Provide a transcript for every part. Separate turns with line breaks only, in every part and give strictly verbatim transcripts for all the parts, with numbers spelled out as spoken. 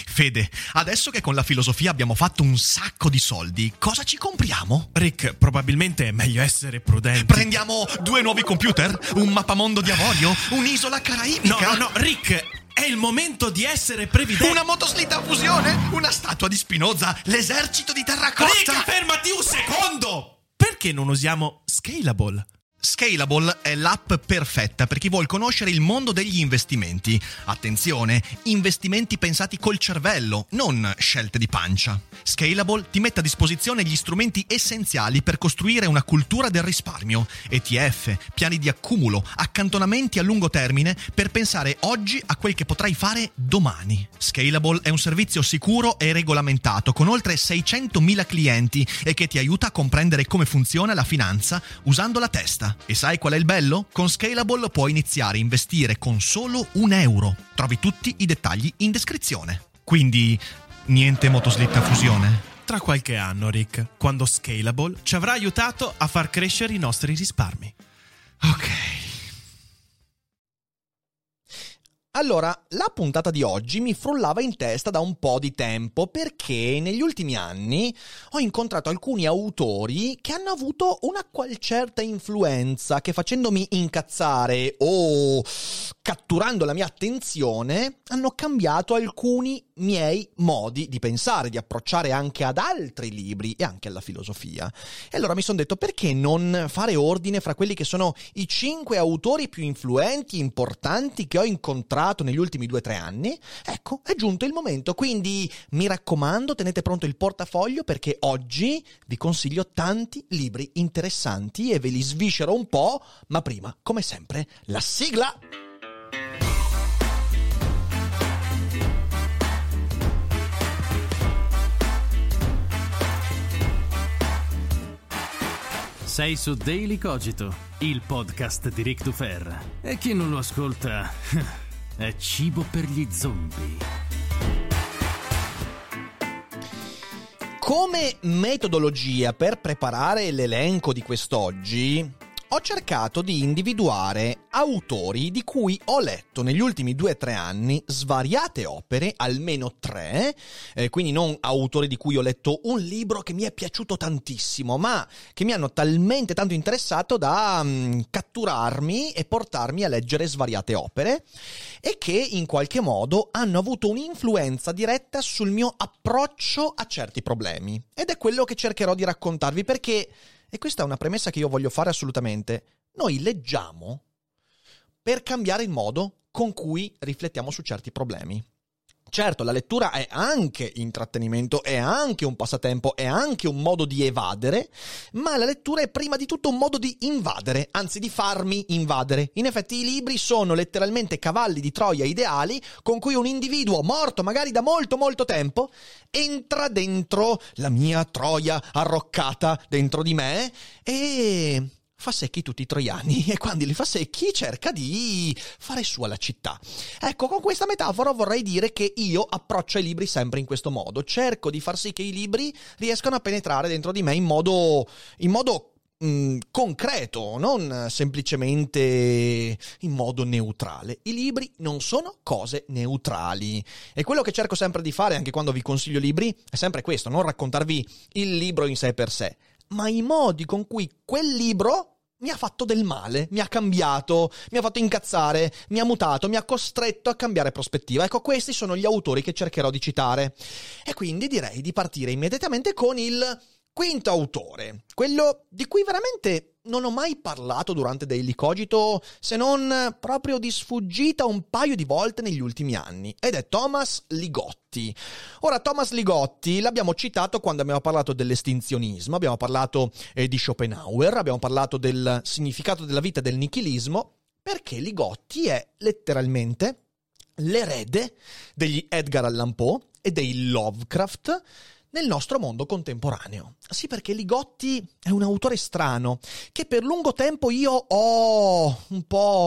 Fede, adesso che con la filosofia abbiamo fatto un sacco di soldi, cosa ci compriamo?
Rick, probabilmente è meglio essere prudenti.
Prendiamo due nuovi computer? Un mappamondo di avorio? Un'isola caraibica?
No, no, no, Rick, è il momento di essere previdenti.
Una motoslitta a fusione? Una statua di Spinoza? L'esercito di terracotta?
Rick, fermati un secondo! Perché non usiamo Scalable?
Scalable è l'app perfetta per chi vuol conoscere il mondo degli investimenti. Attenzione, investimenti pensati col cervello, non scelte di pancia. Scalable ti mette a disposizione gli strumenti essenziali per costruire una cultura del risparmio, E T F, piani di accumulo, accantonamenti a lungo termine per pensare oggi a quel che potrai fare domani. Scalable è un servizio sicuro e regolamentato con oltre seicentomila clienti e che ti aiuta a comprendere come funziona la finanza usando la testa. E sai qual è il bello? Con Scalable puoi iniziare a investire con solo un euro. Trovi tutti i dettagli in descrizione. Quindi, niente motoslitta a fusione?
Tra qualche anno, Rick, quando Scalable ci avrà aiutato a far crescere i nostri risparmi.
Ok.
Allora, la puntata di oggi mi frullava in testa da un po' di tempo perché negli ultimi anni ho incontrato alcuni autori che hanno avuto una qual certa influenza che facendomi incazzare o catturando la mia attenzione hanno cambiato alcuni miei modi di pensare, di approcciare anche ad altri libri e anche alla filosofia. E allora mi sono detto perché non fare ordine fra quelli che sono i cinque autori più influenti, importanti che ho incontrato negli ultimi due o tre anni. Ecco, è giunto il momento, quindi mi raccomando, tenete pronto il portafoglio perché oggi vi consiglio tanti libri interessanti e ve li sviscero un po', ma prima, come sempre, la sigla!
Sei su Daily Cogito, il podcast di Rick Dufer. E chi non lo ascolta è cibo per gli zombie.
Come metodologia per preparare l'elenco di quest'oggi ho cercato di individuare autori di cui ho letto negli ultimi due o tre anni svariate opere, almeno tre, eh, quindi non autori di cui ho letto un libro che mi è piaciuto tantissimo, ma che mi hanno talmente tanto interessato da um, catturarmi e portarmi a leggere svariate opere e che in qualche modo hanno avuto un'influenza diretta sul mio approccio a certi problemi. Ed è quello che cercherò di raccontarvi perché... E questa è una premessa che io voglio fare assolutamente. Noi leggiamo per cambiare il modo con cui riflettiamo su certi problemi. Certo, la lettura è anche intrattenimento, è anche un passatempo, è anche un modo di evadere, ma la lettura è prima di tutto un modo di invadere, anzi di farmi invadere. In effetti i libri sono letteralmente cavalli di Troia ideali con cui un individuo morto magari da molto molto tempo entra dentro la mia Troia arroccata dentro di me e... fa secchi tutti i troiani e quando li fa secchi cerca di fare sua la città. Ecco, con questa metafora vorrei dire che io approccio i libri sempre in questo modo. Cerco di far sì che i libri riescano a penetrare dentro di me in modo, in modo mh, concreto, non semplicemente in modo neutrale. I libri non sono cose neutrali. E quello che cerco sempre di fare, anche quando vi consiglio libri, è sempre questo, non raccontarvi il libro in sé per sé, ma i modi con cui quel libro mi ha fatto del male, mi ha cambiato, mi ha fatto incazzare, mi ha mutato, mi ha costretto a cambiare prospettiva. Ecco, questi sono gli autori che cercherò di citare. E quindi direi di partire immediatamente con il quinto autore, quello di cui veramente non ho mai parlato durante Daily Cogito, se non proprio di sfuggita un paio di volte negli ultimi anni, ed è Thomas Ligotti. Ora, Thomas Ligotti l'abbiamo citato quando abbiamo parlato dell'estinzionismo, abbiamo parlato eh, di Schopenhauer, abbiamo parlato del significato della vita e del nichilismo, perché Ligotti è letteralmente l'erede degli Edgar Allan Poe e dei Lovecraft nel nostro mondo contemporaneo. Sì, perché Ligotti è un autore strano che per lungo tempo io ho un po'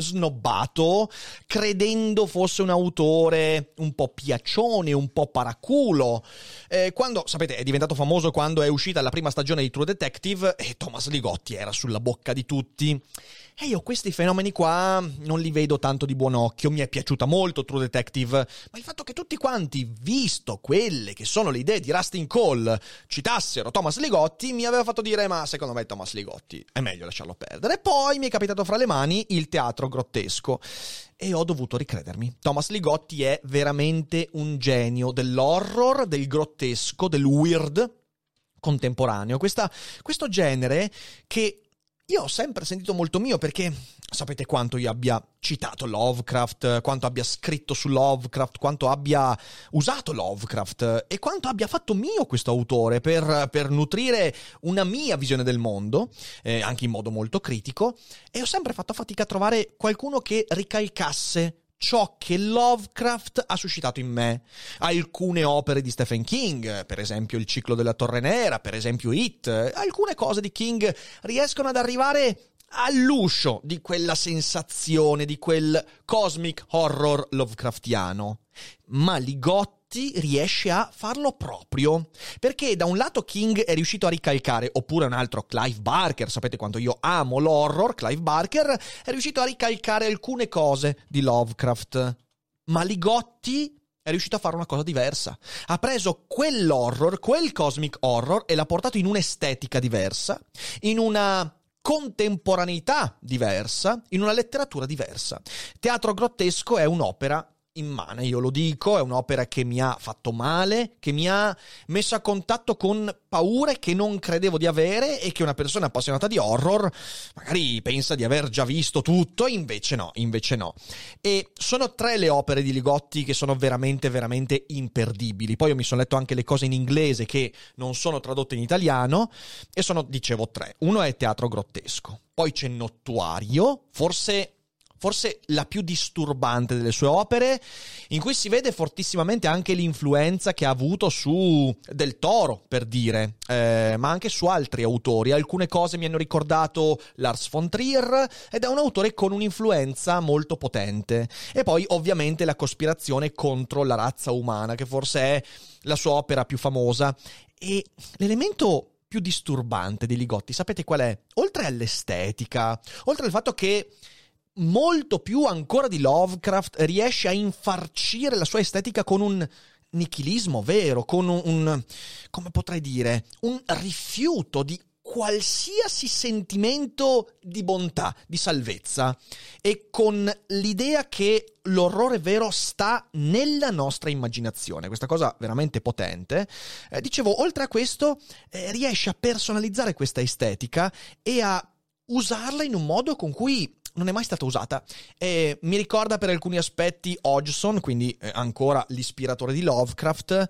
snobbato, credendo fosse un autore un po' piaccione, un po' paraculo. Eh, quando, sapete, è diventato famoso quando è uscita la prima stagione di True Detective e Thomas Ligotti era sulla bocca di tutti. E io questi fenomeni qua non li vedo tanto di buon occhio. Mi è piaciuta molto True Detective, ma il fatto che tutti quanti, visto quelle che sono le idee di Rustin Cole, citassero Thomas Ligotti, mi aveva fatto dire: ma secondo me Thomas Ligotti è meglio lasciarlo perdere. Poi mi è capitato fra le mani il teatro grottesco e ho dovuto ricredermi. Thomas Ligotti è veramente un genio dell'horror, del grottesco, del weird contemporaneo. Questa, questo genere che io ho sempre sentito molto mio, perché sapete quanto io abbia citato Lovecraft, quanto abbia scritto su Lovecraft, quanto abbia usato Lovecraft e quanto abbia fatto mio questo autore per, per nutrire una mia visione del mondo, eh, anche in modo molto critico, e ho sempre fatto fatica a trovare qualcuno che ricalcasse ciò che Lovecraft ha suscitato in me. Alcune opere di Stephen King, per esempio Il ciclo della Torre Nera, per esempio It, alcune cose di King riescono ad arrivare all'uscio di quella sensazione, di quel cosmic horror lovecraftiano. Ma Ligotti riesce a farlo proprio, perché da un lato King è riuscito a ricalcare, oppure un altro Clive Barker, sapete quanto io amo l'horror, Clive Barker è riuscito a ricalcare alcune cose di Lovecraft, ma Ligotti è riuscito a fare una cosa diversa. Ha preso quell'horror, quel cosmic horror, e l'ha portato in un'estetica diversa, in una contemporaneità diversa, in una letteratura diversa. Teatro grottesco è un'opera immane, io lo dico, è un'opera che mi ha fatto male, che mi ha messo a contatto con paure che non credevo di avere e che una persona appassionata di horror magari pensa di aver già visto tutto, invece no, invece no. E sono tre le opere di Ligotti che sono veramente, veramente imperdibili. Poi io mi sono letto anche le cose in inglese che non sono tradotte in italiano e sono, dicevo, tre. Uno è Teatro grottesco, poi c'è Nottuario, forse... forse la più disturbante delle sue opere, in cui si vede fortissimamente anche l'influenza che ha avuto su Del Toro, per dire, eh, ma anche su altri autori. Alcune cose mi hanno ricordato Lars von Trier, ed è un autore con un'influenza molto potente. E poi, ovviamente, La cospirazione contro la razza umana, che forse è la sua opera più famosa. E l'elemento più disturbante di Ligotti, sapete qual è? Oltre all'estetica, oltre al fatto che molto più ancora di Lovecraft riesce a infarcire la sua estetica con un nichilismo vero, con un, un come potrei dire, un rifiuto di qualsiasi sentimento di bontà, di salvezza, e con l'idea che l'orrore vero sta nella nostra immaginazione. Questa cosa veramente potente. Eh, dicevo, oltre a questo, eh, riesce a personalizzare questa estetica e a usarla in un modo con cui non è mai stata usata. E mi ricorda per alcuni aspetti Hodgson, quindi eh, ancora l'ispiratore di Lovecraft,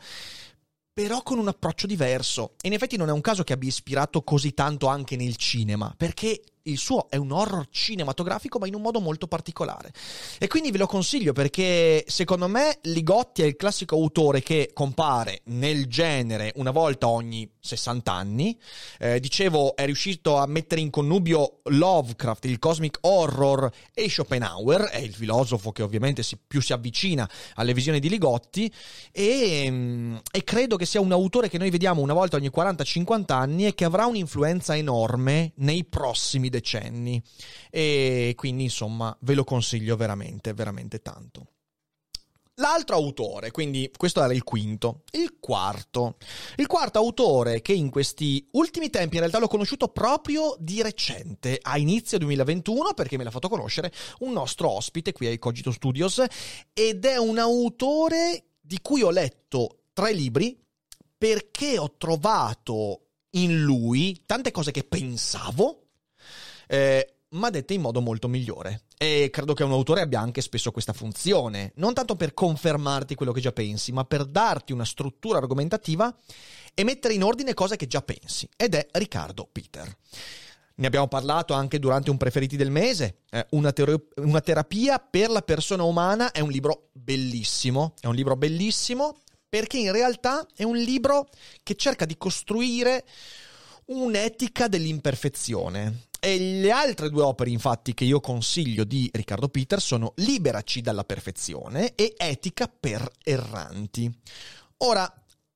però con un approccio diverso. E in effetti non è un caso che abbia ispirato così tanto anche nel cinema, perché il suo è un horror cinematografico, ma in un modo molto particolare. E quindi ve lo consiglio, perché secondo me Ligotti è il classico autore che compare nel genere una volta ogni sessanta anni. Eh, dicevo, è riuscito a mettere in connubio Lovecraft, il cosmic horror, e Schopenhauer, è il filosofo che ovviamente si, più si avvicina alle visioni di Ligotti, e, e credo che sia un autore che noi vediamo una volta ogni quaranta cinquanta anni e che avrà un'influenza enorme nei prossimi decenni. E quindi, insomma, ve lo consiglio veramente, veramente tanto. L'altro autore, quindi questo era il quinto, il quarto. Il quarto autore, che in questi ultimi tempi, in realtà l'ho conosciuto proprio di recente, a inizio duemilaventuno, perché me l'ha fatto conoscere un nostro ospite qui ai Cogito Studios, ed è un autore di cui ho letto tre libri, perché ho trovato in lui tante cose che pensavo, eh, ma dette in modo molto migliore. E credo che un autore abbia anche spesso questa funzione, non tanto per confermarti quello che già pensi, ma per darti una struttura argomentativa e mettere in ordine cose che già pensi. Ed è Riccardo Peter. Ne abbiamo parlato anche durante un Preferiti del mese. Eh, una, ter- una terapia per la persona umana è un libro bellissimo. È un libro bellissimo perché in realtà è un libro che cerca di costruire un'etica dell'imperfezione. E le altre due opere, infatti, che io consiglio di Riccardo Peter sono Liberaci dalla perfezione e Etica per erranti. Ora,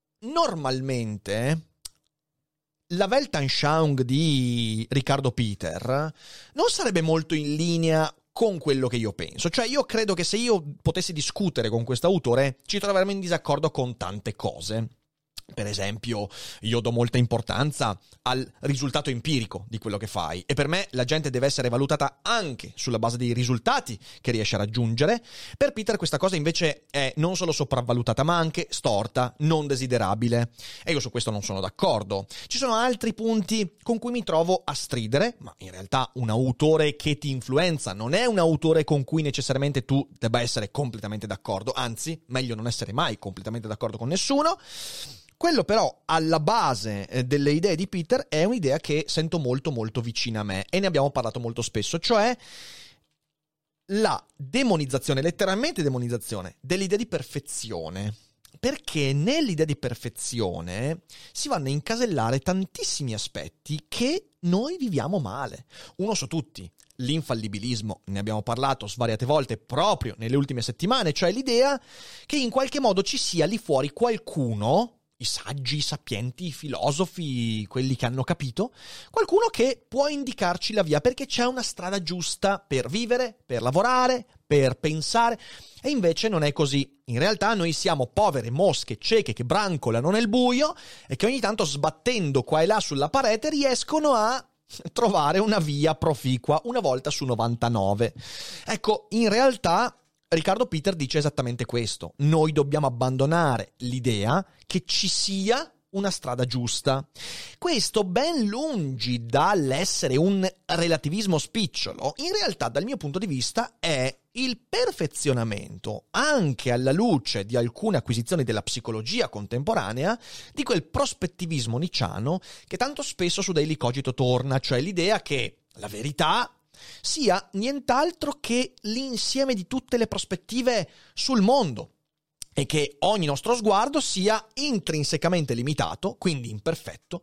normalmente la Weltanschauung di Riccardo Peter non sarebbe molto in linea con quello che io penso. Cioè, io credo che se io potessi discutere con questo autore ci troveremmo in disaccordo con tante cose. Per esempio, io do molta importanza al risultato empirico di quello che fai e per me la gente deve essere valutata anche sulla base dei risultati che riesce a raggiungere. Per Peter questa cosa invece è non solo sopravvalutata ma anche storta, non desiderabile, e io su questo non sono d'accordo. Ci sono altri punti con cui mi trovo a stridere, ma in realtà un autore che ti influenza non è un autore con cui necessariamente tu debba essere completamente d'accordo, anzi, meglio non essere mai completamente d'accordo con nessuno. Quello però alla base delle idee di Peter è un'idea che sento molto molto vicina a me e ne abbiamo parlato molto spesso, cioè la demonizzazione, letteralmente demonizzazione, dell'idea di perfezione. Perché nell'idea di perfezione si vanno a incasellare tantissimi aspetti che noi viviamo male. Uno su tutti, l'infallibilismo, ne abbiamo parlato svariate volte proprio nelle ultime settimane, cioè l'idea che in qualche modo ci sia lì fuori qualcuno, i saggi, i sapienti, i filosofi, quelli che hanno capito, qualcuno che può indicarci la via perché c'è una strada giusta per vivere, per lavorare, per pensare, e invece non è così. In realtà noi siamo povere mosche cieche che brancolano nel buio e che ogni tanto sbattendo qua e là sulla parete riescono a trovare una via proficua una volta su novantanove. Ecco, in realtà Riccardo Peter dice esattamente questo. Noi dobbiamo abbandonare l'idea che ci sia una strada giusta. Questo, ben lungi dall'essere un relativismo spicciolo, in realtà dal mio punto di vista è il perfezionamento, anche alla luce di alcune acquisizioni della psicologia contemporanea, di quel prospettivismo nicciano che tanto spesso su Daily Cogito torna, cioè l'idea che la verità sia nient'altro che l'insieme di tutte le prospettive sul mondo e che ogni nostro sguardo sia intrinsecamente limitato, quindi imperfetto,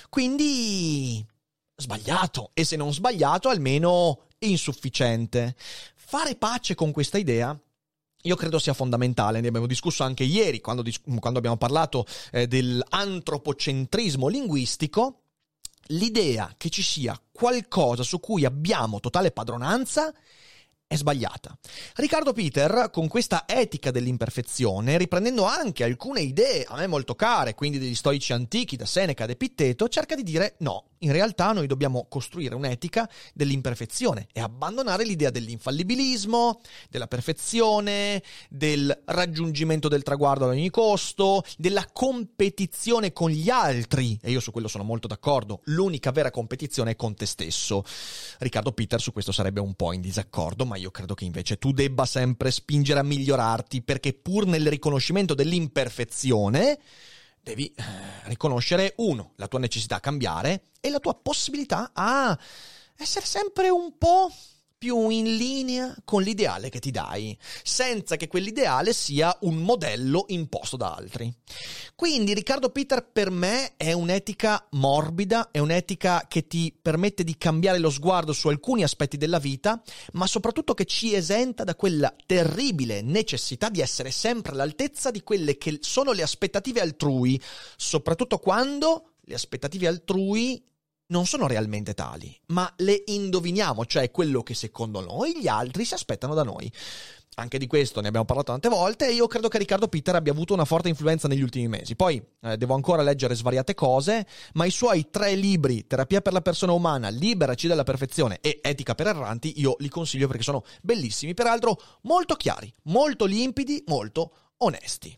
quindi sbagliato, e se non sbagliato almeno insufficiente. Fare pace con questa idea io credo sia fondamentale, ne abbiamo discusso anche ieri quando, dis- quando abbiamo parlato eh, dell'antropocentrismo linguistico. L'idea che ci sia qualcosa su cui abbiamo totale padronanza è sbagliata. Riccardo Peter, con questa etica dell'imperfezione, riprendendo anche alcune idee a me molto care, quindi degli stoici antichi, da Seneca ed Epitteto, cerca di dire no, in realtà noi dobbiamo costruire un'etica dell'imperfezione e abbandonare l'idea dell'infallibilismo, della perfezione, del raggiungimento del traguardo ad ogni costo, della competizione con gli altri, e io su quello sono molto d'accordo. L'unica vera competizione è con te stesso. Riccardo Peter su questo sarebbe un po' in disaccordo, ma io credo che invece tu debba sempre spingere a migliorarti, perché pur nel riconoscimento dell'imperfezione devi eh, riconoscere, uno, la tua necessità a cambiare e la tua possibilità a essere sempre un po' più in linea con l'ideale che ti dai, senza che quell'ideale sia un modello imposto da altri. Quindi Riccardo Peter per me è un'etica morbida, è un'etica che ti permette di cambiare lo sguardo su alcuni aspetti della vita, ma soprattutto che ci esenta da quella terribile necessità di essere sempre all'altezza di quelle che sono le aspettative altrui, soprattutto quando le aspettative altrui non sono realmente tali, ma le indoviniamo, cioè quello che secondo noi gli altri si aspettano da noi. Anche di questo ne abbiamo parlato tante volte e io credo che Riccardo Peter abbia avuto una forte influenza negli ultimi mesi. Poi eh, devo ancora leggere svariate cose, ma i suoi tre libri, Terapia per la persona umana, Liberaci dalla perfezione e Etica per erranti, io li consiglio perché sono bellissimi, peraltro molto chiari, molto limpidi, molto onesti.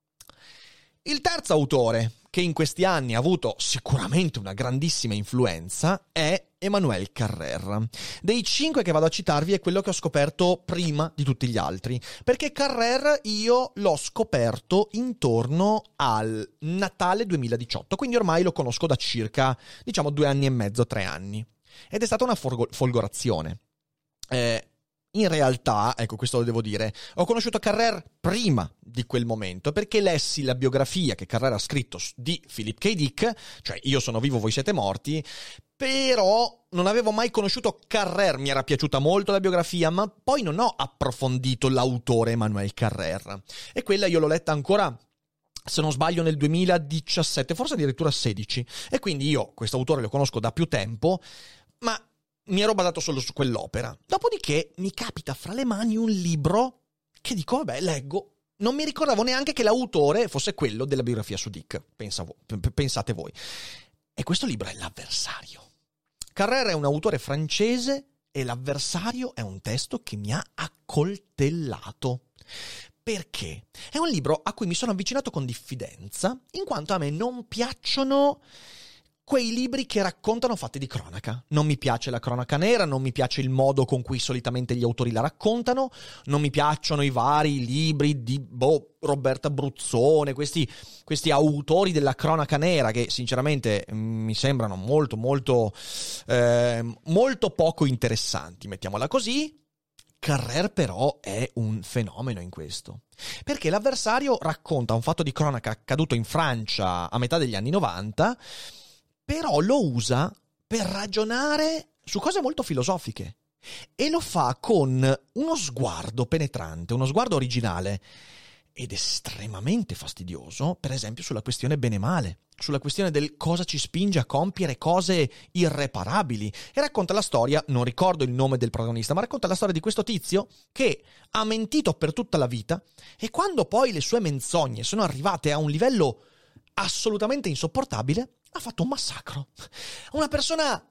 Il terzo autore che in questi anni ha avuto sicuramente una grandissima influenza è Emmanuel Carrère. Dei cinque che vado a citarvi è quello che ho scoperto prima di tutti gli altri, perché Carrère io l'ho scoperto intorno al Natale duemiladiciotto, quindi ormai lo conosco da circa, diciamo, due anni e mezzo, tre anni. Ed è stata una folgo- folgorazione. Eh, In realtà, ecco, questo lo devo dire, ho conosciuto Carrère prima di quel momento, perché lessi la biografia che Carrère ha scritto di Philip K. Dick, cioè Io sono vivo, voi siete morti, però non avevo mai conosciuto Carrère. Mi era piaciuta molto la biografia, ma poi non ho approfondito l'autore Emmanuel Carrère. E quella io l'ho letta ancora, se non sbaglio, nel duemiladiciassette, forse addirittura sedici. E quindi io questo autore lo conosco da più tempo, ma mi ero basato solo su quell'opera. Dopodiché mi capita fra le mani un libro che dico, vabbè, leggo. Non mi ricordavo neanche che l'autore fosse quello della biografia su Dick. Pensa vo- pensate voi. E questo libro è L'Avversario. Carrère è un autore francese e L'Avversario è un testo che mi ha accoltellato. Perché? È un libro a cui mi sono avvicinato con diffidenza, in quanto a me non piacciono quei libri che raccontano fatti di cronaca. Non mi piace la cronaca nera, non mi piace il modo con cui solitamente gli autori la raccontano, non mi piacciono i vari libri di boh, Roberta Bruzzone, questi, questi autori della cronaca nera che sinceramente mi sembrano molto molto eh, molto poco interessanti, mettiamola così. Carrère però è un fenomeno in questo, perché L'Avversario racconta un fatto di cronaca accaduto in Francia a metà degli anni novanta, però lo usa per ragionare su cose molto filosofiche e lo fa con uno sguardo penetrante, uno sguardo originale ed estremamente fastidioso, per esempio sulla questione bene e male, sulla questione del cosa ci spinge a compiere cose irreparabili. E racconta la storia, non ricordo il nome del protagonista, ma racconta la storia di questo tizio che ha mentito per tutta la vita e quando poi le sue menzogne sono arrivate a un livello assolutamente insopportabile, ha fatto un massacro. Una persona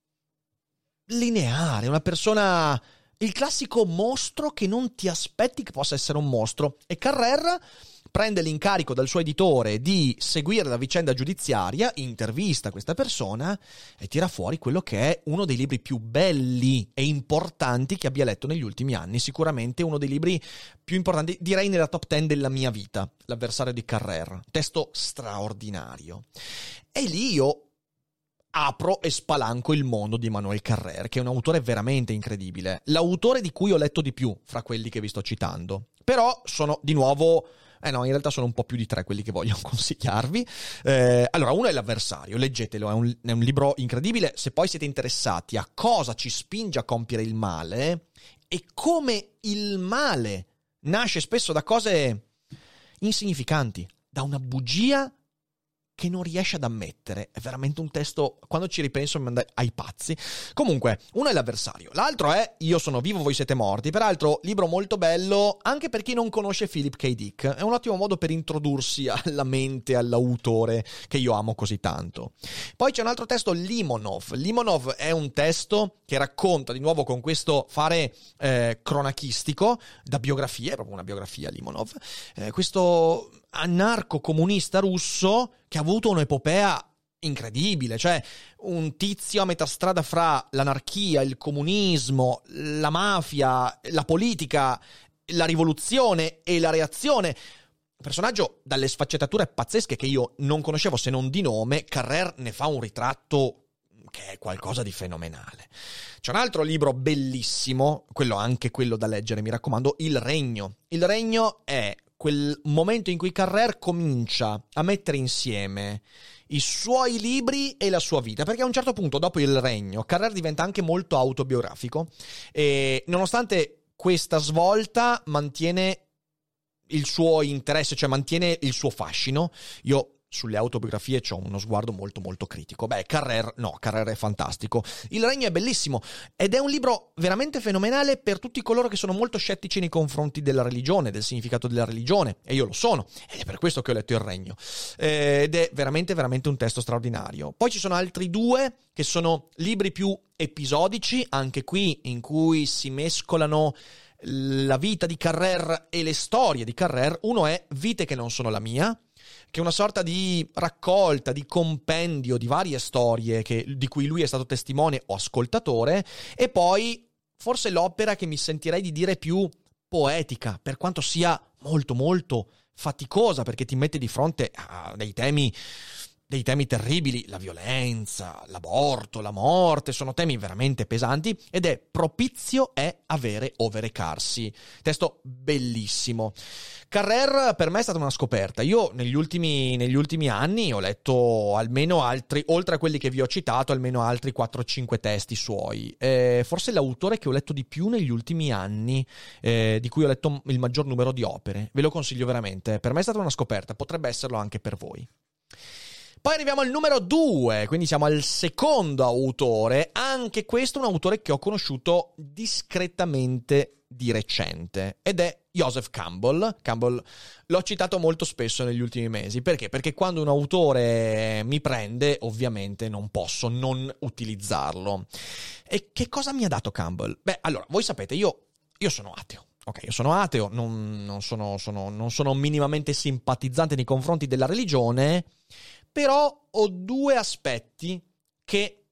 lineare, una persona, il classico mostro che non ti aspetti che possa essere un mostro. E Carrère prende l'incarico dal suo editore di seguire la vicenda giudiziaria, intervista questa persona e tira fuori quello che è uno dei libri più belli e importanti che abbia letto negli ultimi anni. Sicuramente uno dei libri più importanti, direi nella top ten della mia vita, L'Avversario di Carrère. Testo straordinario. E lì io apro e spalanco il mondo di Emmanuel Carrère, che è un autore veramente incredibile. L'autore di cui ho letto di più fra quelli che vi sto citando. Però sono di nuovo... Eh no, in realtà sono un po' più di tre quelli che voglio consigliarvi. Eh, allora, uno è L'Avversario, leggetelo, è un, è un libro incredibile. Se poi siete interessati a cosa ci spinge a compiere il male e come il male nasce spesso da cose insignificanti, da una bugia che non riesce ad ammettere. È veramente un testo, quando ci ripenso mi manda ai pazzi. Comunque, uno è L'Avversario, l'altro è Io sono vivo, voi siete morti. Peraltro, libro molto bello anche per chi non conosce Philip K. Dick. È un ottimo modo per introdursi alla mente, all'autore che io amo così tanto. Poi c'è un altro testo, Limonov. Limonov è un testo che racconta, di nuovo con questo fare eh, cronachistico, da biografia, è proprio una biografia Limonov, eh, questo anarco-comunista russo che ha avuto un'epopea incredibile, cioè un tizio a metà strada fra l'anarchia, il comunismo, la mafia, la politica, la rivoluzione e la reazione. Un personaggio dalle sfaccettature pazzesche che io non conoscevo se non di nome. Carrère ne fa un ritratto che è qualcosa di fenomenale. C'è un altro libro bellissimo, quello anche quello da leggere, mi raccomando, Il Regno. Il Regno è quel momento in cui Carrère comincia a mettere insieme i suoi libri e la sua vita, perché a un certo punto, dopo Il Regno, Carrère diventa anche molto autobiografico e nonostante questa svolta mantiene il suo interesse, cioè mantiene il suo fascino. Io sulle autobiografie c'ho uno sguardo molto molto critico. Beh, Carrère no, Carrère è fantastico. Il Regno è bellissimo ed è un libro veramente fenomenale per tutti coloro che sono molto scettici nei confronti della religione, del significato della religione, e io lo sono, ed è per questo che ho letto Il Regno. Eh, ed è veramente veramente un testo straordinario. Poi ci sono altri due che sono libri più episodici, anche qui in cui si mescolano la vita di Carrère e le storie di Carrère. Uno è Vite che non sono la mia, che è una sorta di raccolta, di compendio di varie storie che, di cui lui è stato testimone o ascoltatore, e poi forse l'opera che mi sentirei di dire più poetica, per quanto sia molto molto faticosa, perché ti mette di fronte a dei temi dei temi terribili, la violenza, l'aborto, la morte, sono temi veramente pesanti ed è propizio è avere overrecarsi. Testo bellissimo. Carrère per me è stata una scoperta. Io negli ultimi, negli ultimi anni ho letto almeno altri, oltre a quelli che vi ho citato, almeno altri quattro cinque testi suoi. Eh, forse l'autore che ho letto di più negli ultimi anni, eh, di cui ho letto il maggior numero di opere. Ve lo consiglio veramente. Per me è stata una scoperta, potrebbe esserlo anche per voi. Poi arriviamo al numero due, quindi siamo al secondo autore. Anche questo è un autore che ho conosciuto discretamente di recente ed è Joseph Campbell. Campbell l'ho citato molto spesso negli ultimi mesi. Perché? Perché quando un autore mi prende, ovviamente non posso non utilizzarlo. E che cosa mi ha dato Campbell? Beh, allora, voi sapete, io, io sono ateo. Ok, io sono ateo, non, non, sono, sono, non sono minimamente simpatizzante nei confronti della religione, però ho due aspetti che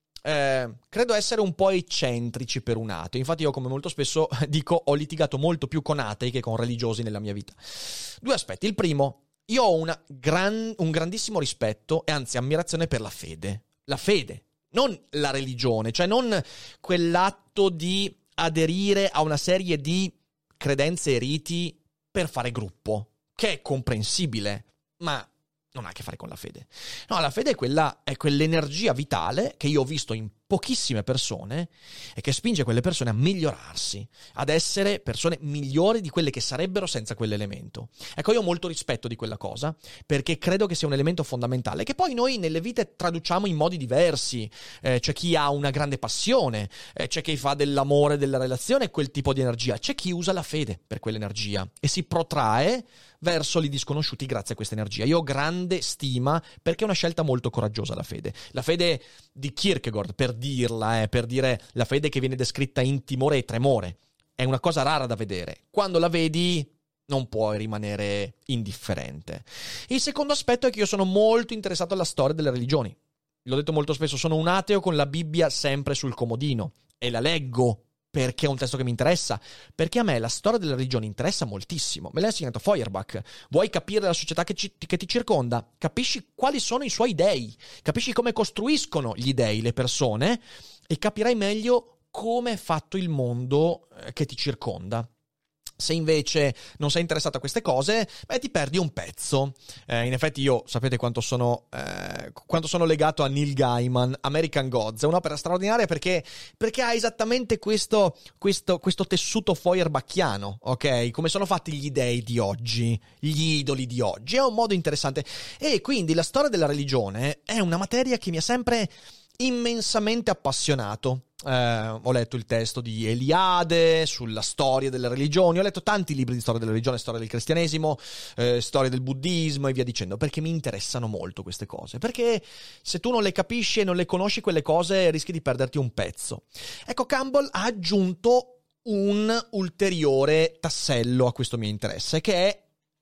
eh, credo essere un po' eccentrici per un ateo. Infatti io, come molto spesso dico, ho litigato molto più con atei che con religiosi nella mia vita. Due aspetti. Il primo, io ho una gran, un grandissimo rispetto e anzi ammirazione per la fede. La fede, non la religione, cioè non quell'atto di aderire a una serie di credenze e riti per fare gruppo, che è comprensibile, ma non ha a che fare con la fede. No, la fede è quella, è quell'energia vitale che io ho visto in pochissime persone e che spinge quelle persone a migliorarsi, ad essere persone migliori di quelle che sarebbero senza quell'elemento. Ecco, io ho molto rispetto di quella cosa, perché credo che sia un elemento fondamentale, che poi noi nelle vite traduciamo in modi diversi. Eh, c'è chi ha una grande passione, eh, c'è chi fa dell'amore, della relazione quel tipo di energia, c'è chi usa la fede per quell'energia e si protrae verso gli disconosciuti grazie a questa energia. Io ho grande stima perché è una scelta molto coraggiosa la fede. La fede di Kierkegaard, per dirla, eh, per dire la fede che viene descritta in timore e tremore, è una cosa rara da vedere. Quando la vedi non puoi rimanere indifferente. Il secondo aspetto è che io sono molto interessato alla storia delle religioni. L'ho detto molto spesso, sono un ateo con la Bibbia sempre sul comodino e la leggo perché è un testo che mi interessa, perché a me la storia delle religioni interessa moltissimo. Me l'ha insegnato Feuerbach. Vuoi capire la società che, ci, che ti circonda? Capisci quali sono i suoi dei, capisci come costruiscono gli dei le persone e capirai meglio come è fatto il mondo che ti circonda. Se invece non sei interessato a queste cose, beh, ti perdi un pezzo. Eh, in effetti io, sapete quanto sono, eh, quanto sono legato a Neil Gaiman. American Gods è un'opera straordinaria perché, perché ha esattamente questo, questo, questo tessuto feuerbachiano, ok? Come sono fatti gli dei di oggi, gli idoli di oggi. È un modo interessante. E quindi la storia della religione è una materia che mi ha sempre immensamente appassionato. Eh, ho letto il testo di Eliade sulla storia delle religioni, ho letto tanti libri di storia della religione, storia del cristianesimo, eh, storia del buddismo e via dicendo, perché mi interessano molto queste cose, perché se tu non le capisci e non le conosci quelle cose rischi di perderti un pezzo. Ecco, Campbell ha aggiunto un ulteriore tassello a questo mio interesse, che è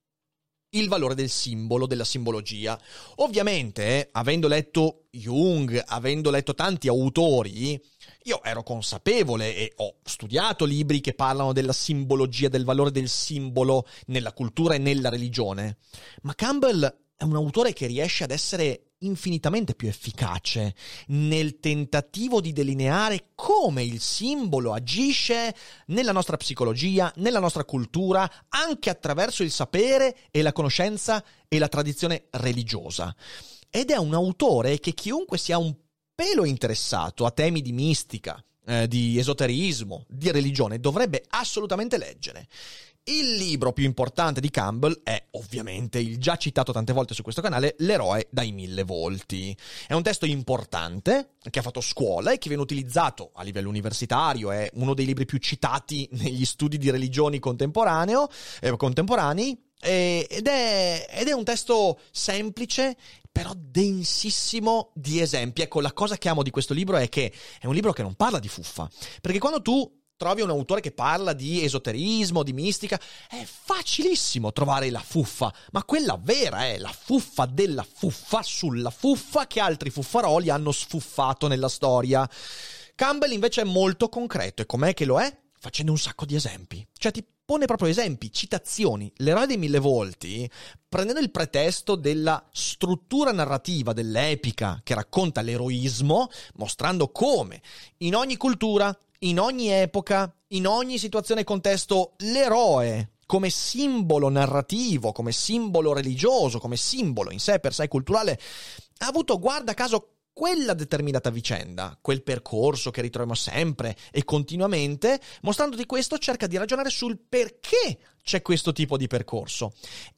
il valore del simbolo, della simbologia. Ovviamente, eh, avendo letto Jung, avendo letto tanti autori, io ero consapevole e ho studiato libri che parlano della simbologia, del valore del simbolo nella cultura e nella religione. Ma Campbell è un autore che riesce ad essere infinitamente più efficace nel tentativo di delineare come il simbolo agisce nella nostra psicologia, nella nostra cultura, anche attraverso il sapere e la conoscenza e la tradizione religiosa. Ed è un autore che chiunque sia un pelo interessato a temi di mistica, eh, di esoterismo, di religione, dovrebbe assolutamente leggere. Il libro più importante di Campbell è, ovviamente, il già citato tante volte su questo canale, L'eroe dai mille volti. È un testo importante, che ha fatto scuola e che viene utilizzato a livello universitario, è uno dei libri più citati negli studi di religioni contemporaneo, eh, contemporanei, eh, ed, è, ed è un testo semplice, però densissimo di esempi. Ecco, la cosa che amo di questo libro è che è un libro che non parla di fuffa, perché quando tu trovi un autore che parla di esoterismo, di mistica, è facilissimo trovare la fuffa, ma quella vera è la fuffa della fuffa sulla fuffa che altri fuffaroli hanno sfuffato nella storia. Campbell invece è molto concreto, e com'è che lo è? facendo un sacco di esempi. Cioè ti pone proprio esempi, citazioni. L'eroe dei mille volti, prendendo il pretesto della struttura narrativa dell'epica che racconta l'eroismo, mostrando come in ogni cultura, in ogni epoca, in ogni situazione e contesto, l'eroe come simbolo narrativo, come simbolo religioso, come simbolo in sé per sé culturale, ha avuto, guarda caso, quella determinata vicenda, quel percorso che ritroviamo sempre e continuamente, mostrando di questo cerca di ragionare sul perché c'è questo tipo di percorso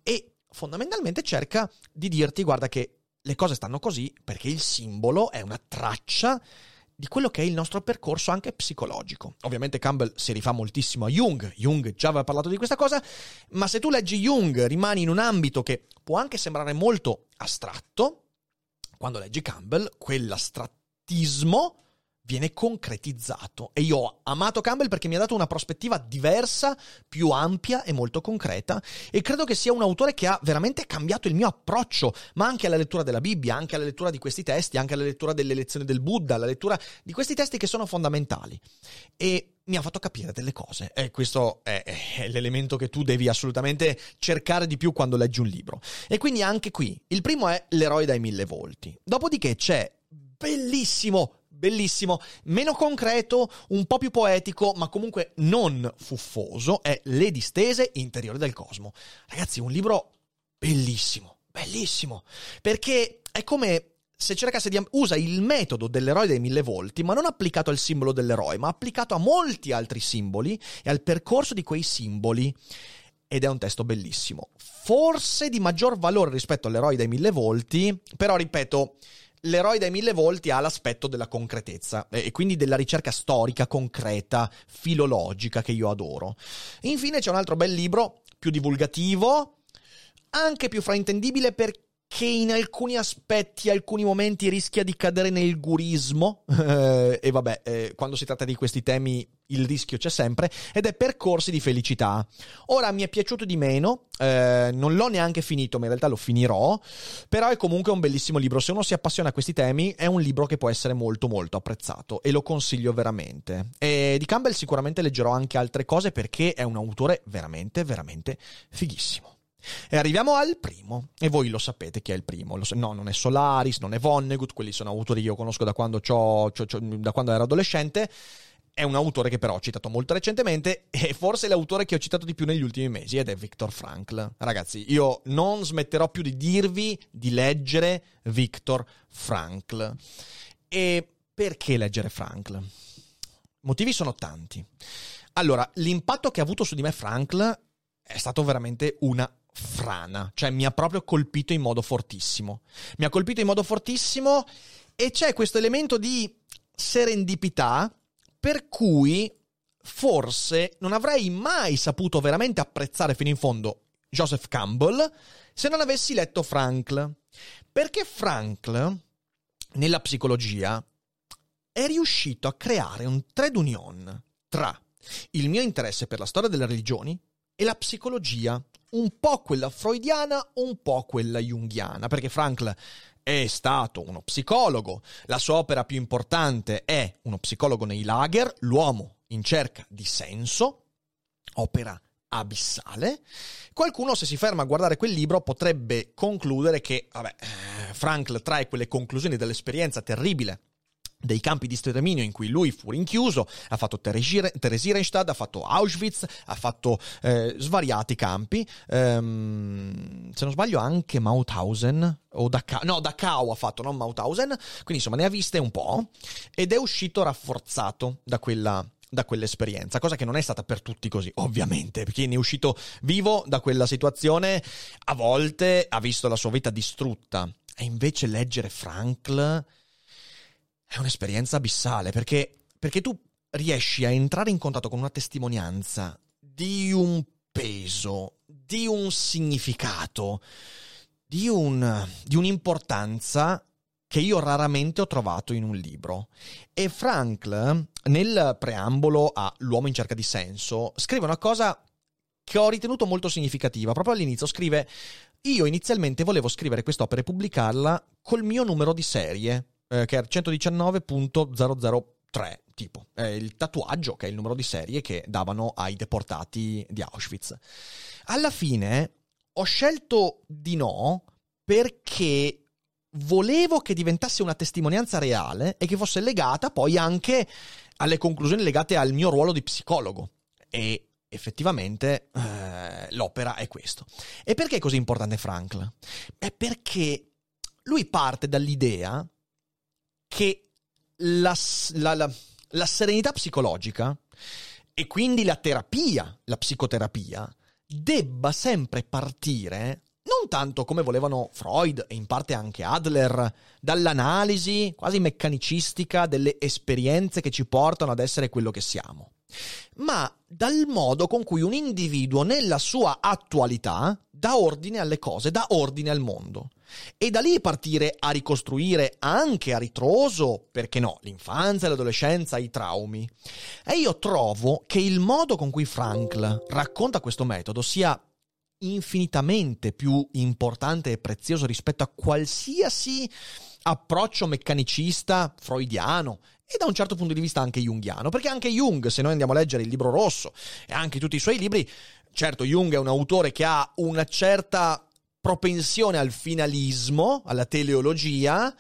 e fondamentalmente cerca di dirti, guarda che le cose stanno così perché il simbolo è una traccia di quello che è il nostro percorso anche psicologico. Ovviamente Campbell si rifà moltissimo a Jung, Jung già aveva parlato di questa cosa, ma se tu leggi Jung rimani in un ambito che può anche sembrare molto astratto. Quando leggi Campbell, quell'astrattismo viene concretizzato. E io ho amato Campbell perché mi ha dato una prospettiva diversa, più ampia e molto concreta. E credo che sia un autore che ha veramente cambiato il mio approccio, ma anche alla lettura della Bibbia, anche alla lettura di questi testi, anche alla lettura delle lezioni del Buddha, alla lettura di questi testi che sono fondamentali. E mi ha fatto capire delle cose. E questo è, è l'elemento che tu devi assolutamente cercare di più quando leggi un libro. E quindi anche qui, il primo è L'eroe dai mille volti. Dopodiché c'è bellissimo, bellissimo, meno concreto, un po' più poetico, ma comunque non fuffoso, è Le distese interiori del cosmo. Ragazzi, un libro bellissimo, bellissimo, perché è come se cercasse di... usa il metodo dell'eroe dei mille volti, ma non applicato al simbolo dell'eroe, ma applicato a molti altri simboli e al percorso di quei simboli. Ed è un testo bellissimo. Forse di maggior valore rispetto all'eroe dei mille volti, però ripeto, l'eroe dai mille volti ha l'aspetto della concretezza e quindi della ricerca storica, concreta, filologica che io adoro. Infine c'è un altro bel libro, più divulgativo, anche più fraintendibile perché che in alcuni aspetti, alcuni momenti rischia di cadere nel gurismo, eh, e vabbè, eh, quando si tratta di questi temi il rischio c'è sempre, ed è Percorsi di felicità. Ora mi è piaciuto di meno, eh, non l'ho neanche finito, ma in realtà lo finirò, però è comunque un bellissimo libro. Se uno si appassiona a questi temi è un libro che può essere molto molto apprezzato e lo consiglio veramente. E di Campbell sicuramente leggerò anche altre cose perché è un autore veramente veramente fighissimo. E arriviamo al primo, e voi lo sapete chi è il primo. Lo so, no, non è Solaris, non è Vonnegut, quelli sono autori che io conosco da quando, c'ho, c'ho, c'ho, da quando ero adolescente. È un autore che però ho citato molto recentemente e forse è l'autore che ho citato di più negli ultimi mesi, ed è Viktor Frankl. Ragazzi, io non smetterò più di dirvi di leggere Viktor Frankl. E perché leggere Frankl? Motivi sono tanti. Allora, l'impatto che ha avuto su di me Frankl è stato veramente una frana, cioè mi ha proprio colpito in modo fortissimo. Mi ha colpito in modo fortissimo e c'è questo elemento di serendipità per cui forse non avrei mai saputo veramente apprezzare fino in fondo Joseph Campbell se non avessi letto Frankl. Perché Frankl, nella psicologia, è riuscito a creare un trade union tra il mio interesse per la storia delle religioni e la psicologia, un po' quella freudiana, un po' quella junghiana, perché Frankl è stato uno psicologo, la sua opera più importante è Uno psicologo nei lager, L'uomo in cerca di senso, opera abissale. Qualcuno, se si ferma a guardare quel libro, potrebbe concludere che, vabbè, Frankl trae quelle conclusioni dell'esperienza terribile dei campi di sterminio in cui lui fu rinchiuso, ha fatto Theresienstadt, ha fatto Auschwitz, ha fatto eh, svariati campi, ehm, se non sbaglio anche Mauthausen, o Dachau, no, Dachau ha fatto, non Mauthausen, quindi insomma ne ha viste un po', ed è uscito rafforzato da quella... da quell'esperienza, cosa che non è stata per tutti così, ovviamente, perché ne è uscito vivo da quella situazione, a volte ha visto la sua vita distrutta, e invece leggere Frankl è un'esperienza abissale, perché, perché tu riesci a entrare in contatto con una testimonianza di un peso, di un significato, di, un, di un'importanza che io raramente ho trovato in un libro. E Frankl, nel preambolo a L'uomo in cerca di senso, scrive una cosa che ho ritenuto molto significativa. Proprio all'inizio scrive: io inizialmente volevo scrivere quest'opera e pubblicarla col mio numero di serie, eh, che è centodiciannove punto zero zero tre, tipo eh, il tatuaggio, che è il numero di serie che davano ai deportati di Auschwitz. Alla fine ho scelto di no perché volevo che diventasse una testimonianza reale e che fosse legata poi anche alle conclusioni legate al mio ruolo di psicologo. E effettivamente eh, l'opera è questo. E perché è così importante Frankl? È perché lui parte dall'idea che la, la, la, la serenità psicologica e quindi la terapia, la psicoterapia, debba sempre partire non tanto come volevano Freud e in parte anche Adler, dall'analisi quasi meccanicistica delle esperienze che ci portano ad essere quello che siamo, ma dal modo con cui un individuo nella sua attualità dà ordine alle cose, dà ordine al mondo. E da lì partire a ricostruire anche a ritroso, perché no, l'infanzia, l'adolescenza, i traumi. E io trovo che il modo con cui Frankl racconta questo metodo sia infinitamente più importante e prezioso rispetto a qualsiasi approccio meccanicista freudiano e da un certo punto di vista anche junghiano, perché anche Jung, se noi andiamo a leggere il Libro Rosso e anche tutti i suoi libri, certo Jung è un autore che ha una certa propensione al finalismo, alla teleologia,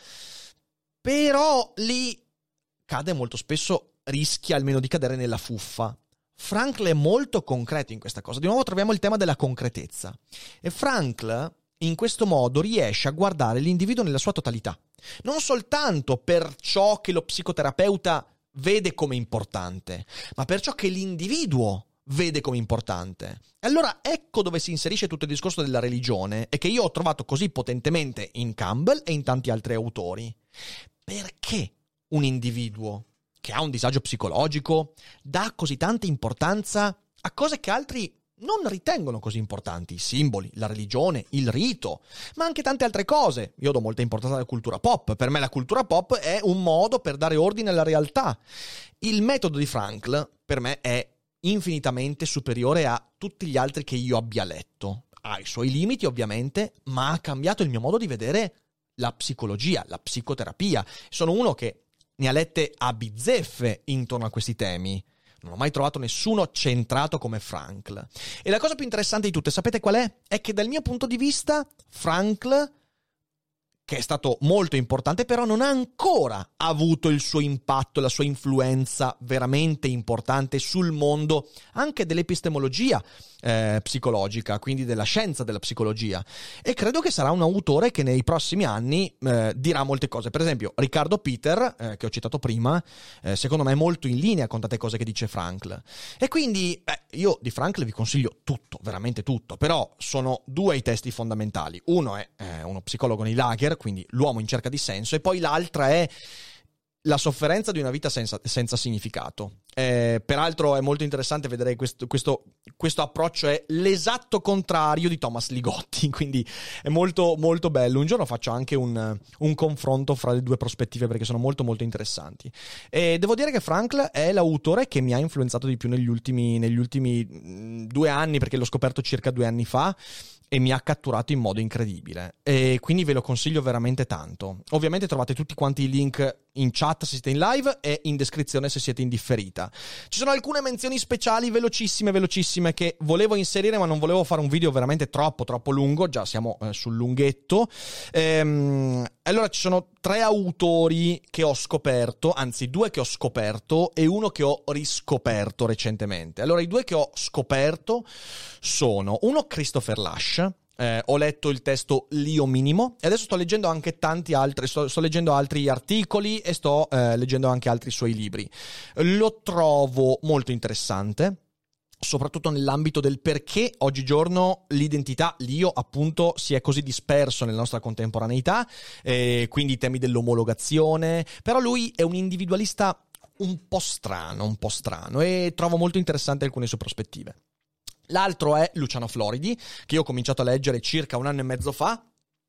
però lì cade molto spesso, rischia almeno di cadere nella fuffa. Frankl è molto concreto in questa cosa. Di nuovo troviamo il tema della concretezza. E Frankl, in questo modo, riesce a guardare l'individuo nella sua totalità. Non soltanto per ciò che lo psicoterapeuta vede come importante, ma per ciò che l'individuo vede come importante. E allora ecco dove si inserisce tutto il discorso della religione e che io ho trovato così potentemente in Campbell e in tanti altri autori. Perché un individuo che ha un disagio psicologico dà così tanta importanza a cose che altri non ritengono così importanti? I simboli, la religione, il rito, ma anche tante altre cose. Io do molta importanza alla cultura pop. Per me la cultura pop è un modo per dare ordine alla realtà. Il metodo di Frankl per me è infinitamente superiore a tutti gli altri che io abbia letto. Ha i suoi limiti ovviamente, ma ha cambiato il mio modo di vedere la psicologia, la psicoterapia. Sono uno che ne ha lette a bizzeffe intorno a questi temi. Non ho mai trovato nessuno centrato come Frankl. E la cosa più interessante di tutte, sapete qual è? È che dal mio punto di vista Frankl, che è stato molto importante, però non ha ancora avuto il suo impatto, la sua influenza veramente importante sul mondo anche dell'epistemologia eh, psicologica, quindi della scienza della psicologia. E credo che sarà un autore che nei prossimi anni eh, dirà molte cose. Per esempio, Riccardo Peter, eh, che ho citato prima, eh, secondo me è molto in linea con tante cose che dice Frankl. E quindi, beh, io di Frankl vi consiglio tutto, veramente tutto, però sono due i testi fondamentali. Uno è eh, uno psicologo nei lager, quindi l'uomo in cerca di senso, e poi l'altra è La sofferenza di una vita senza, senza significato. Eh, peraltro è molto interessante vedere questo, questo, questo approccio è l'esatto contrario di Thomas Ligotti, quindi è molto molto bello. Un giorno faccio anche un, un confronto fra le due prospettive perché sono molto molto interessanti. E devo dire che Frankl è l'autore che mi ha influenzato di più negli ultimi, negli ultimi due anni, perché l'ho scoperto circa due anni fa e mi ha catturato in modo incredibile, e quindi ve lo consiglio veramente tanto. Ovviamente trovate tutti quanti i link in chat se siete in live e in descrizione se siete in differita. Ci sono alcune menzioni speciali velocissime velocissime che volevo inserire, ma non volevo fare un video veramente troppo troppo lungo, già siamo eh, sul lunghetto. Ehm, allora ci sono tre autori che ho scoperto, anzi due che ho scoperto e uno che ho riscoperto recentemente. Allora i due che ho scoperto sono uno Christopher Lasch. Eh, ho letto il testo L'Io Minimo e adesso sto leggendo anche tanti altri, sto, sto leggendo altri articoli e sto eh, leggendo anche altri suoi libri. Lo trovo molto interessante, soprattutto nell'ambito del perché oggigiorno l'identità, l'io appunto, si è così disperso nella nostra contemporaneità, eh, quindi i temi dell'omologazione, però lui è un individualista un po' strano, un po' strano e trovo molto interessante alcune sue prospettive. L'altro è Luciano Floridi, che io ho cominciato a leggere circa un anno e mezzo fa,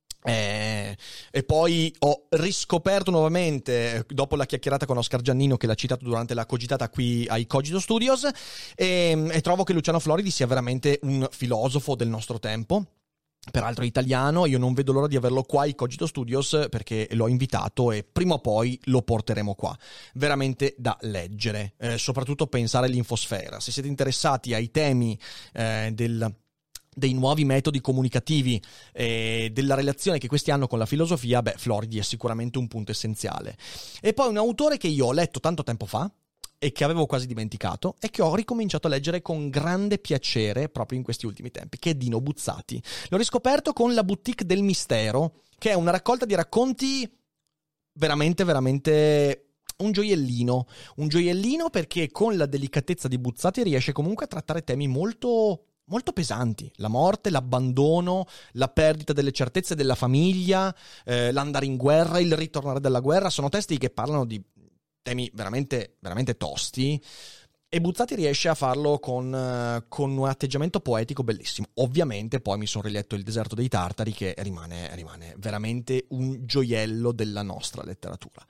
eh, e poi ho riscoperto nuovamente dopo la chiacchierata con Oscar Giannino, che l'ha citato durante la cogitata qui ai Cogito Studios, e, e trovo che Luciano Floridi sia veramente un filosofo del nostro tempo. peraltro italiano. Io non vedo l'ora di averlo qua ai Cogito Studios, perché l'ho invitato e prima o poi lo porteremo qua. Veramente da leggere, eh, soprattutto pensare all'infosfera. Se siete interessati ai temi eh, del... dei nuovi metodi comunicativi e della relazione che questi hanno con la filosofia, beh, Floridi è sicuramente un punto essenziale. E poi un autore che io ho letto tanto tempo fa e che avevo quasi dimenticato e che ho ricominciato a leggere con grande piacere proprio in questi ultimi tempi, che è Dino Buzzati. L'ho riscoperto con La Boutique del Mistero, che è una raccolta di racconti veramente, veramente... un gioiellino, un gioiellino perché con la delicatezza di Buzzati riesce comunque a trattare temi molto... molto pesanti: la morte, l'abbandono, la perdita delle certezze della famiglia, eh, l'andare in guerra, il ritornare dalla guerra. Sono testi che parlano di temi veramente, veramente tosti, e Buzzati riesce a farlo con, uh, con un atteggiamento poetico bellissimo. Ovviamente poi mi sono riletto Il deserto dei tartari, che rimane, rimane veramente un gioiello della nostra letteratura.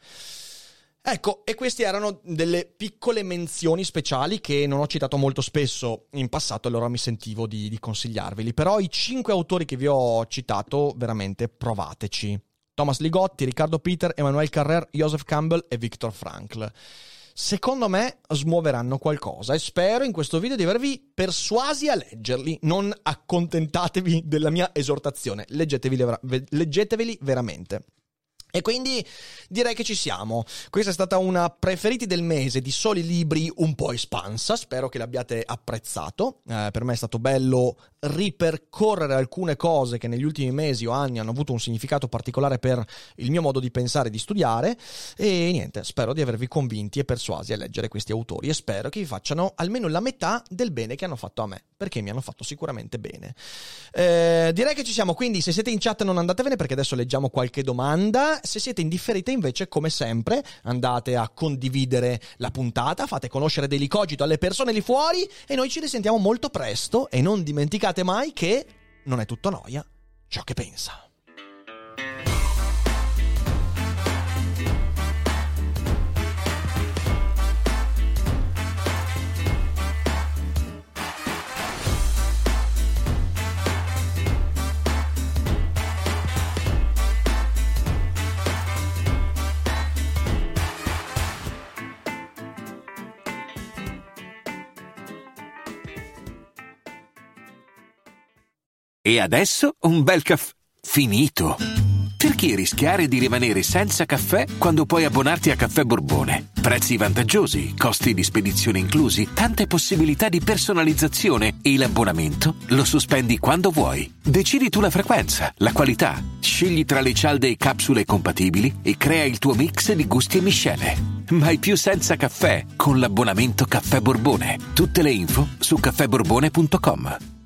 Ecco, e queste erano delle piccole menzioni speciali che non ho citato molto spesso in passato, allora mi sentivo di, di consigliarveli. Però i cinque autori che vi ho citato, veramente provateci. Thomas Ligotti, Riccardo Peter, Emmanuel Carrère, Joseph Campbell e Viktor Frankl. Secondo me smuoveranno qualcosa e spero in questo video di avervi persuasi a leggerli. Non accontentatevi della mia esortazione, leggeteveli, leggeteveli veramente. E quindi direi che ci siamo. Questa è stata una preferiti del mese di soli libri un po' espansa, spero che l'abbiate apprezzato. Eh, per me è stato bello ripercorrere alcune cose che negli ultimi mesi o anni hanno avuto un significato particolare per il mio modo di pensare e di studiare, e niente, spero di avervi convinti e persuasi a leggere questi autori e spero che vi facciano almeno la metà del bene che hanno fatto a me, perché mi hanno fatto sicuramente bene. Eh, direi che ci siamo, quindi se siete in chat non andatevene perché adesso leggiamo qualche domanda. Se siete indifferiti invece, come sempre, andate a condividere la puntata, fate conoscere Daily Cogito alle persone lì fuori e noi ci risentiamo molto presto, e non dimenticate mai che non è tutto noia ciò che pensa.
E adesso un bel caffè finito. Perché rischiare di rimanere senza caffè quando puoi abbonarti a Caffè Borbone? Prezzi vantaggiosi, costi di spedizione inclusi, tante possibilità di personalizzazione e l'abbonamento lo sospendi quando vuoi. Decidi tu la frequenza, la qualità, scegli tra le cialde e capsule compatibili e crea il tuo mix di gusti e miscele. Mai più senza caffè con l'abbonamento Caffè Borbone. Tutte le info su caffè borbone punto com.